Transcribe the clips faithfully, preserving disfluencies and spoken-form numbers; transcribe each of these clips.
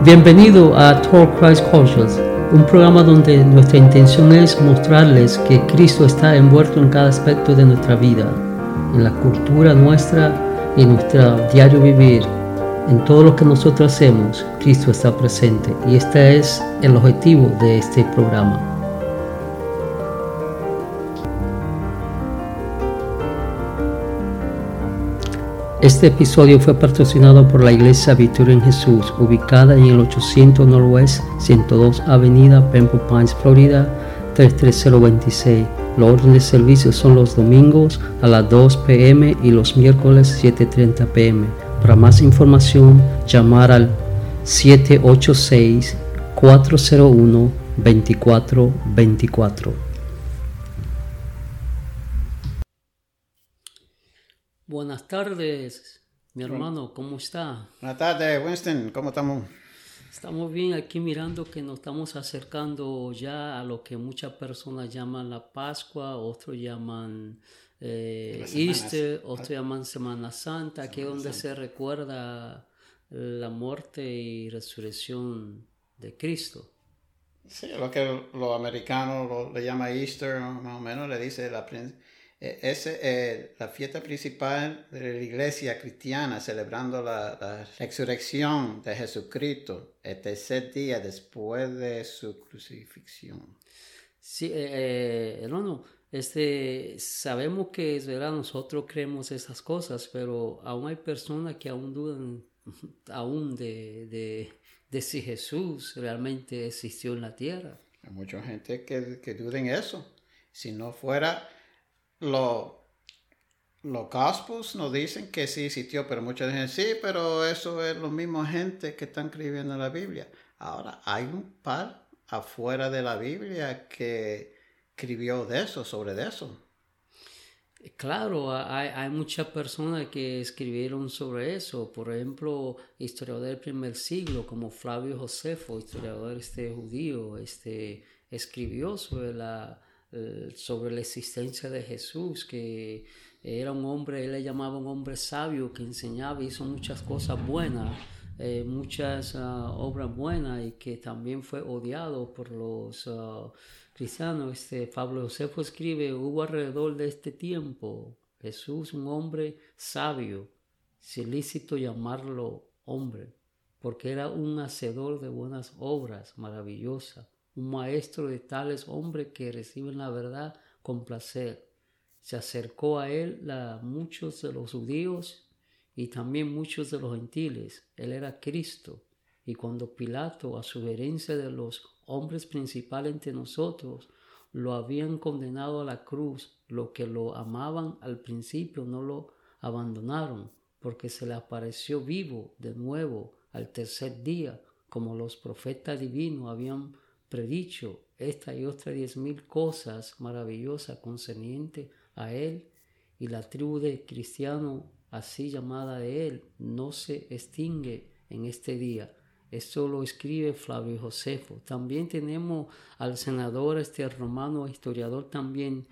Bienvenido a Talk Christ Cultures, un programa donde nuestra intención es mostrarles que Cristo está envuelto en cada aspecto de nuestra vida, en la cultura nuestra y en nuestro diario vivir. En todo lo que nosotros hacemos, Cristo está presente y este es el objetivo de este programa. Este episodio fue patrocinado por la Iglesia Victoria en Jesús, ubicada en el ochocientos Northwest ciento dos Avenida, Pembroke Pines, Florida, tres tres cero dos seis. Los órdenes de servicio son los domingos a las dos p m y los miércoles siete treinta p m Para más información, llamar al siete ocho seis, cuatro cero uno, dos cuatro dos cuatro. Buenas tardes, mi hermano, ¿cómo está? Buenas tardes, Winston, ¿cómo estamos? Estamos bien aquí mirando que nos estamos acercando ya a lo que muchas personas llaman la Pascua, otros llaman eh, Easter, otros llaman Semana Santa, Semana que es donde Santa. Se recuerda la muerte y resurrección de Cristo. Sí, lo que los americanos lo, le llaman Easter, más o menos le dice la es eh, la fiesta principal de la iglesia cristiana, celebrando la, la resurrección de Jesucristo, el tercer día después de su crucifixión. Sí, eh, hermano, este, sabemos que es verdad, nosotros creemos esas cosas, pero aún hay personas que aún dudan aún de, de, de si Jesús realmente existió en la tierra. Hay mucha gente que, que duda en eso. Si no fuera... Los, los Gospels nos dicen que sí existió, pero muchos dicen sí, pero eso es lo mismo gente que están escribiendo la Biblia. Ahora, hay un par afuera de la Biblia que escribió de eso, sobre de eso. Claro, hay, hay muchas personas que escribieron sobre eso. Por ejemplo, historiador del primer siglo, como Flavio Josefo, historiador este judío, este, escribió sobre la... sobre la existencia de Jesús, que era un hombre, él le llamaba un hombre sabio, que enseñaba, hizo muchas cosas buenas, eh, muchas uh, obras buenas, y que también fue odiado por los uh, cristianos. Este Pablo Josefo escribe: hubo alrededor de este tiempo Jesús, un hombre sabio, si es lícito llamarlo hombre, porque era un hacedor de buenas obras maravillosas, un maestro de tales hombres que reciben la verdad con placer. Se acercó a él la, muchos de los judíos y también muchos de los gentiles. Él era Cristo. Y cuando Pilato, a sugerencia de los hombres principales entre nosotros, lo habían condenado a la cruz, los que lo amaban al principio no lo abandonaron, porque se le apareció vivo de nuevo al tercer día, como los profetas divinos habían predicho esta y otras diez mil cosas maravillosas concernientes a él, y la tribu de cristianos así llamada de él no se extingue en este día. Esto lo escribe Flavio Josefo. También tenemos al senador este romano, historiador también,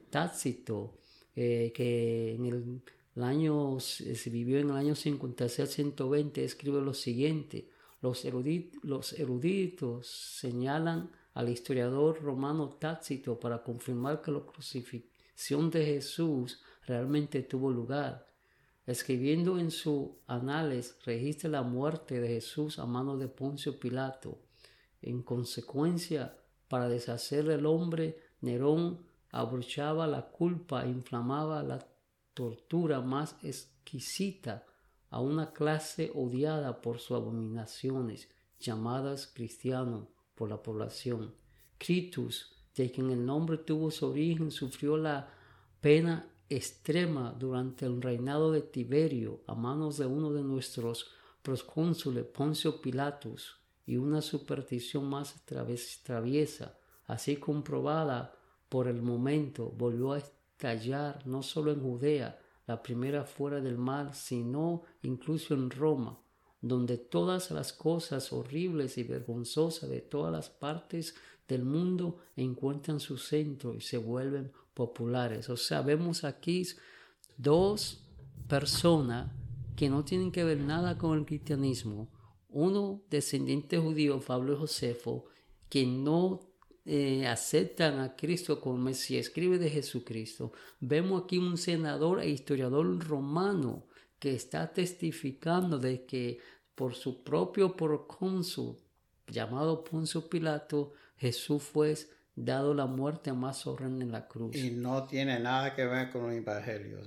Tácito, eh, que en el, el año, se vivió en el año cincuenta y seis a ciento veinte, escribe lo siguiente: Los eruditos, los eruditos señalan al historiador romano Tácito para confirmar que la crucifixión de Jesús realmente tuvo lugar. Escribiendo en su Anales, registra la muerte de Jesús a mano de Poncio Pilato. En consecuencia, para deshacer del hombre, Nerón abrochaba la culpa e inflamaba la tortura más exquisita a una clase odiada por sus abominaciones, llamadas cristianos por la población. Critus, de quien el nombre tuvo su origen, sufrió la pena extrema durante el reinado de Tiberio a manos de uno de nuestros procónsules, Poncio Pilatus, y una superstición más traviesa, así comprobada por el momento, volvió a estallar no solo en Judea, la primera fuera del mar, sino incluso en Roma, donde todas las cosas horribles y vergonzosas de todas las partes del mundo encuentran su centro y se vuelven populares. O sea, vemos aquí dos personas que no tienen que ver nada con el cristianismo, uno descendiente judío, Flavio Josefo, que no eh, aceptan a Cristo como Mesías, escribe de Jesucristo. Vemos aquí un senador e historiador romano que está testificando de que por su propio procónsul, llamado Poncio Pilato, Jesús fue dado la muerte más horrenda en la cruz. Y no tiene nada que ver con los evangelios.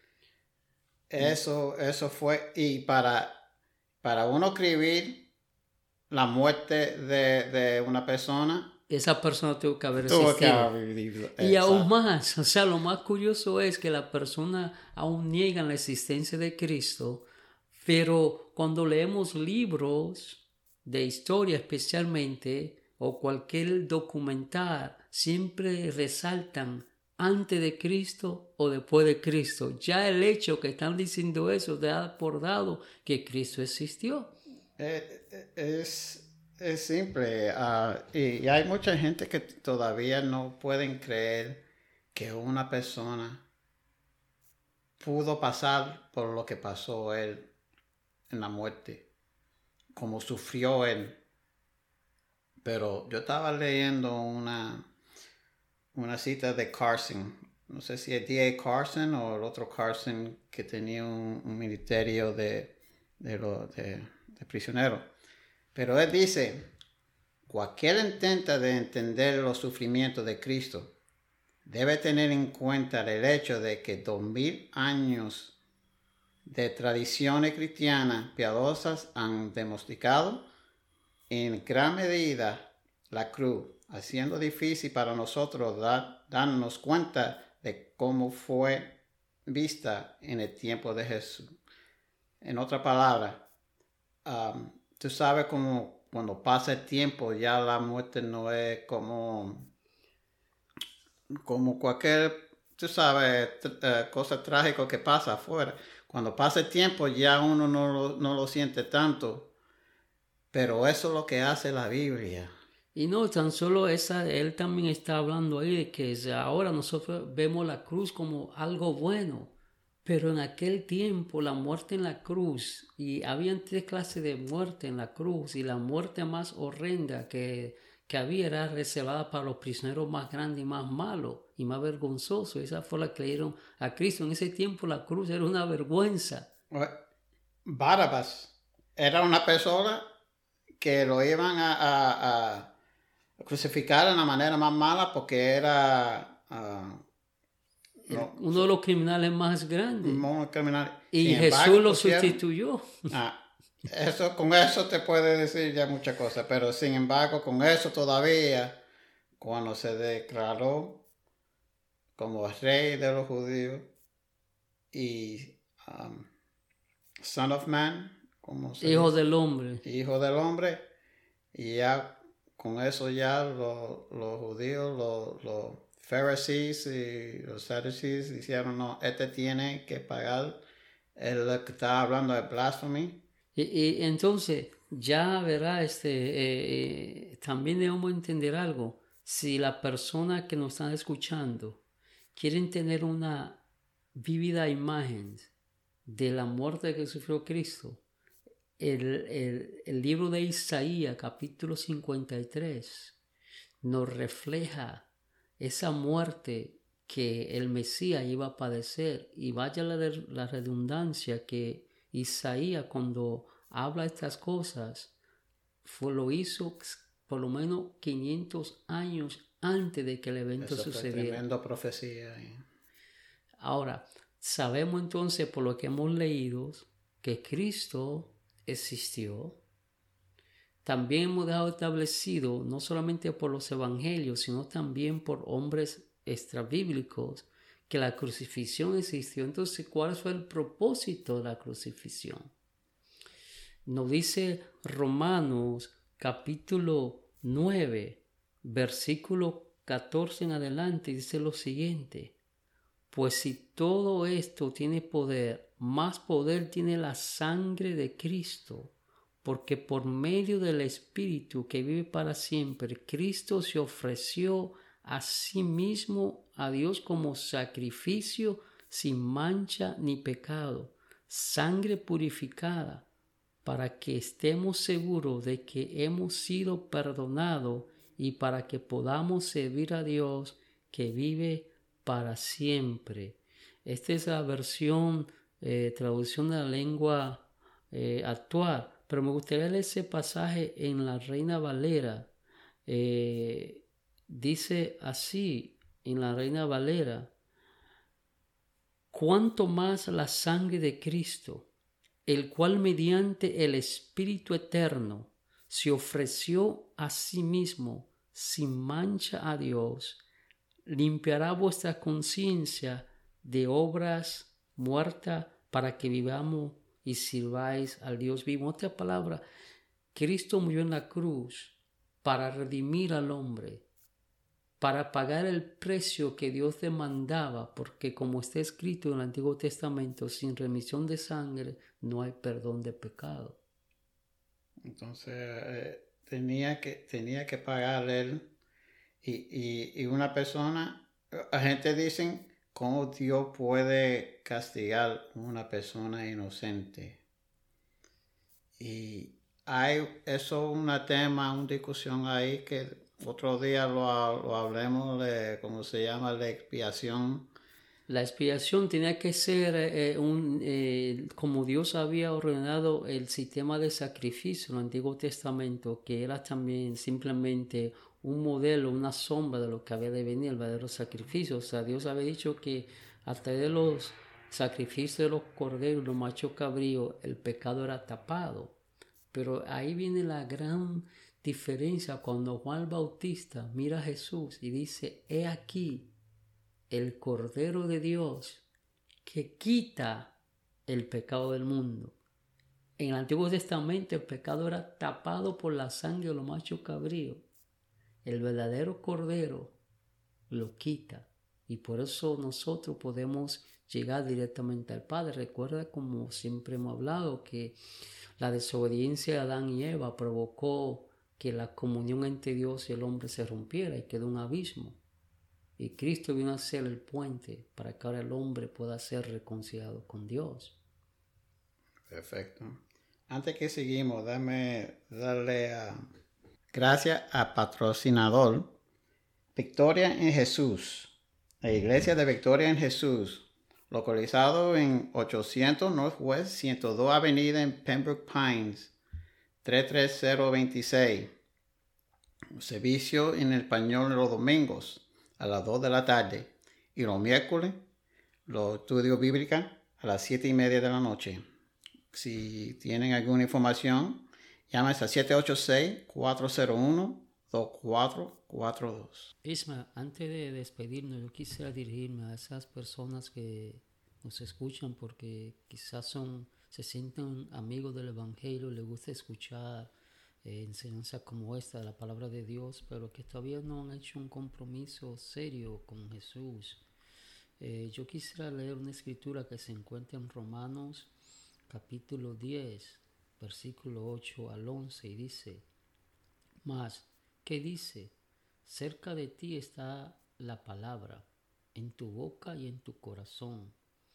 Eso, eso fue, y para, para uno escribir la muerte de, de una persona, esa persona tuvo que haber tuvo que existido. haber vivido. Y Exacto. aún más, o sea, lo más curioso es que la persona aún niega la existencia de Cristo, pero cuando leemos libros de historia especialmente, o cualquier documental, siempre resaltan antes de Cristo o después de Cristo. Ya el hecho que están diciendo eso da por dado que Cristo existió. Es, es simple. Uh, y, y hay mucha gente que todavía no pueden creer que una persona pudo pasar por lo que pasó él en la muerte, como sufrió él. Pero yo estaba leyendo una, una cita de Carson. No sé si es D A Carson o el otro Carson que tenía un, un ministerio de, de, lo, de, de prisioneros. Pero él dice, cualquier intento de entender los sufrimientos de Cristo debe tener en cuenta el hecho de que dos mil años de tradiciones cristianas piadosas han demostrado en gran medida la cruz, haciendo difícil para nosotros dar, darnos cuenta de cómo fue vista en el tiempo de Jesús. En otra palabra, um, tú sabes cómo cuando pasa el tiempo ya la muerte no es como, como cualquier, tú sabes, uh, cosa trágica que pasa afuera. Cuando pasa el tiempo ya uno no lo, no lo siente tanto. Pero eso es lo que hace la Biblia. Y no tan solo esa, él también está hablando ahí de que ahora nosotros vemos la cruz como algo bueno, pero en aquel tiempo la muerte en la cruz, y había tres clases de muerte en la cruz, y la muerte más horrenda que, que había era reservada para los prisioneros más grandes y más malos y más vergonzosos. Esa fue la que le dieron a Cristo. En ese tiempo la cruz era una vergüenza. Barrabás era una persona que lo iban a, a, a crucificar de una manera más mala porque era uh, no, uno de los criminales más grandes. Criminal. Y Sin Jesús embargo, lo pusieron, sustituyó. Ah, eso, con eso te puede decir ya muchas cosas, pero sin embargo, con eso todavía, cuando se declaró como rey de los judíos y um, Son of Man, como se hijo dice? del hombre. Hijo del hombre. Y ya con eso ya los, los judíos, los, los Pharisees y los Sadducees dijeron, no, este tiene que pagar el que está hablando de blasphemy. Y, y entonces, ya verá, este, eh, eh, también debemos entender algo. Si la persona que nos están escuchando quieren tener una vívida imagen de la muerte que sufrió Cristo, el, el, el libro de Isaías, capítulo cincuenta y tres, nos refleja esa muerte que el Mesías iba a padecer. Y vaya la, la redundancia que Isaías, cuando habla estas cosas, fue, lo hizo por lo menos quinientos años antes de que el evento Eso sucediera. Fue tremenda profecía. ¿eh? Ahora, sabemos entonces por lo que hemos leído que Cristo existió. También hemos dejado establecido, no solamente por los evangelios, sino también por hombres extrabíblicos, que la crucifixión existió. Entonces, ¿cuál fue el propósito de la crucifixión? Nos dice Romanos capítulo nueve, versículo catorce en adelante, dice lo siguiente: pues si todo esto tiene poder, más poder tiene la sangre de Cristo, porque por medio del Espíritu que vive para siempre, Cristo se ofreció a sí mismo a Dios como sacrificio sin mancha ni pecado, sangre purificada para que estemos seguros de que hemos sido perdonados y para que podamos servir a Dios que vive para siempre. Esta es la versión, eh, traducción de la lengua eh, actual, pero me gustaría leer ese pasaje en la Reina Valera. Eh, dice así en la Reina Valera: cuanto más la sangre de Cristo, el cual mediante el Espíritu Eterno se ofreció a sí mismo sin mancha a Dios, limpiará vuestra conciencia de obras muertas para que vivamos y sirváis al Dios vivo. En otra palabra, Cristo murió en la cruz para redimir al hombre, para pagar el precio que Dios demandaba, porque como está escrito en el Antiguo Testamento, sin remisión de sangre no hay perdón de pecado. Entonces eh, tenía, que, tenía que pagar él. Y, y, y una persona, la gente dice, ¿cómo Dios puede castigar a una persona inocente? Y hay eso un tema, una discusión ahí que otro día lo, lo hablemos de cómo se llama la expiación. La expiación tenía que ser eh, un, eh, como Dios había ordenado el sistema de sacrificio en el Antiguo Testamento, que era también simplemente un modelo, una sombra de lo que había de venir, el verdadero sacrificio. O sea, Dios había dicho que a través de los sacrificios de los corderos, los machos cabríos, el pecado era tapado. Pero ahí viene la gran diferencia cuando Juan Bautista mira a Jesús y dice: he aquí el Cordero de Dios que quita el pecado del mundo. En el Antiguo Testamento el pecado era tapado por la sangre de los machos cabríos. El verdadero Cordero lo quita, y por eso nosotros podemos llegar directamente al Padre. Recuerda, como siempre hemos hablado, que la desobediencia de Adán y Eva provocó que la comunión entre Dios y el hombre se rompiera y quedó un abismo. Y Cristo vino a ser el puente para que ahora el hombre pueda ser reconciliado con Dios. Perfecto. Antes que seguimos, dame darle a, gracias a patrocinador Victoria en Jesús, la iglesia de Victoria en Jesús, localizado en ochocientos Northwest ciento dos Avenida en Pembroke Pines, tres tres cero dos seis. Servicio en español los domingos a las dos de la tarde y los miércoles los estudios bíblicos a las siete y media de la noche. Si tienen alguna información, llamen a siete ocho seis, cuatro cero uno, dos cuatro cuatro dos. Isma, antes de despedirnos, yo quisiera dirigirme a esas personas que nos escuchan porque quizás son, se sienten amigos del Evangelio, les gusta escuchar eh, enseñanzas como esta de la palabra de Dios, pero que todavía no han hecho un compromiso serio con Jesús. Eh, yo quisiera leer una escritura que se encuentra en Romanos capítulo diez, versículo ocho al once, y dice: mas, ¿qué dice? Cerca de ti está la palabra, en tu boca y en tu corazón.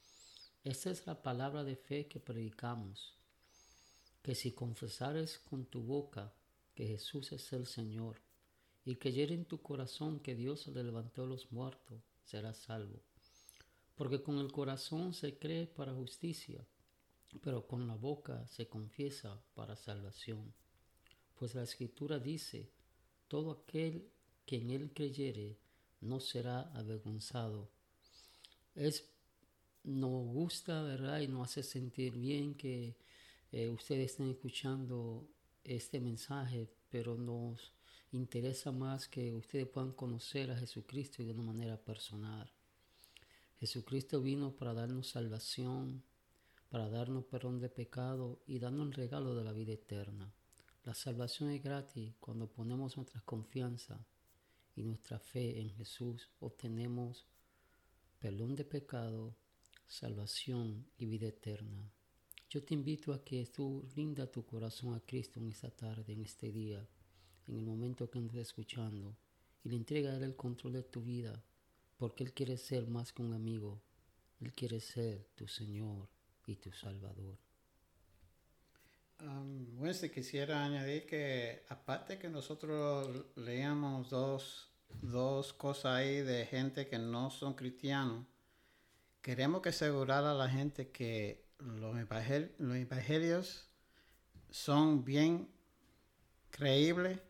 Esta es la palabra de fe que predicamos, que si confesares con tu boca que Jesús es el Señor, y creyere en tu corazón que Dios le levantó de los muertos, serás salvo. Porque con el corazón se cree para justicia, pero con la boca se confiesa para salvación. Pues la Escritura dice: todo aquel que en él creyere no será avergonzado. Es, nos gusta, ¿verdad? Y nos hace sentir bien que eh, ustedes estén escuchando este mensaje, pero nos interesa más que ustedes puedan conocer a Jesucristo de una manera personal. Jesucristo vino para darnos salvación, para darnos perdón de pecado y darnos el regalo de la vida eterna. La salvación es gratis. Cuando ponemos nuestra confianza y nuestra fe en Jesús, obtenemos perdón de pecado, salvación y vida eterna. Yo te invito a que tú rinda tu corazón a Cristo en esta tarde, en este día, en el momento que estés escuchando, y le entrega a Él el control de tu vida, porque Él quiere ser más que un amigo. Él quiere ser tu Señor y tu Salvador. Um, bueno, si quisiera añadir que aparte que nosotros leíamos dos, dos cosas ahí de gente que no son cristianos, queremos que asegurar a la gente que los, evangel- los evangelios son bien creíbles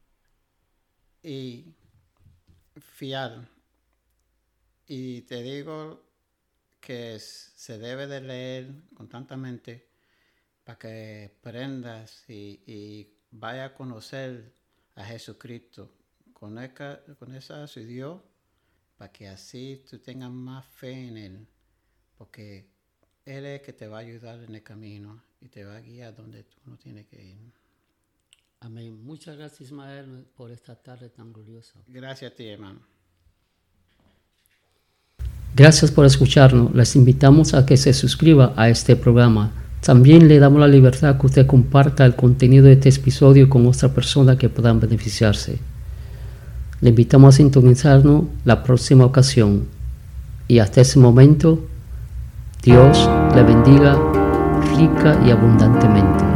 y fiables. Y te digo que se debe de leer constantemente para que aprendas y, y vaya a conocer a Jesucristo. Conecta, conecta a su Dios para que así tú tengas más fe en Él, porque Él es el que te va a ayudar en el camino y te va a guiar donde tú no tienes que ir. Amén. Muchas gracias, Ismael, por esta tarde tan gloriosa. Gracias a ti, hermano. Gracias por escucharnos. Les invitamos a que se suscriba a este programa. También le damos la libertad que usted comparta el contenido de este episodio con otras personas que puedan beneficiarse. Le invitamos a sintonizarnos la próxima ocasión. Y hasta ese momento, Dios le bendiga rica y abundantemente.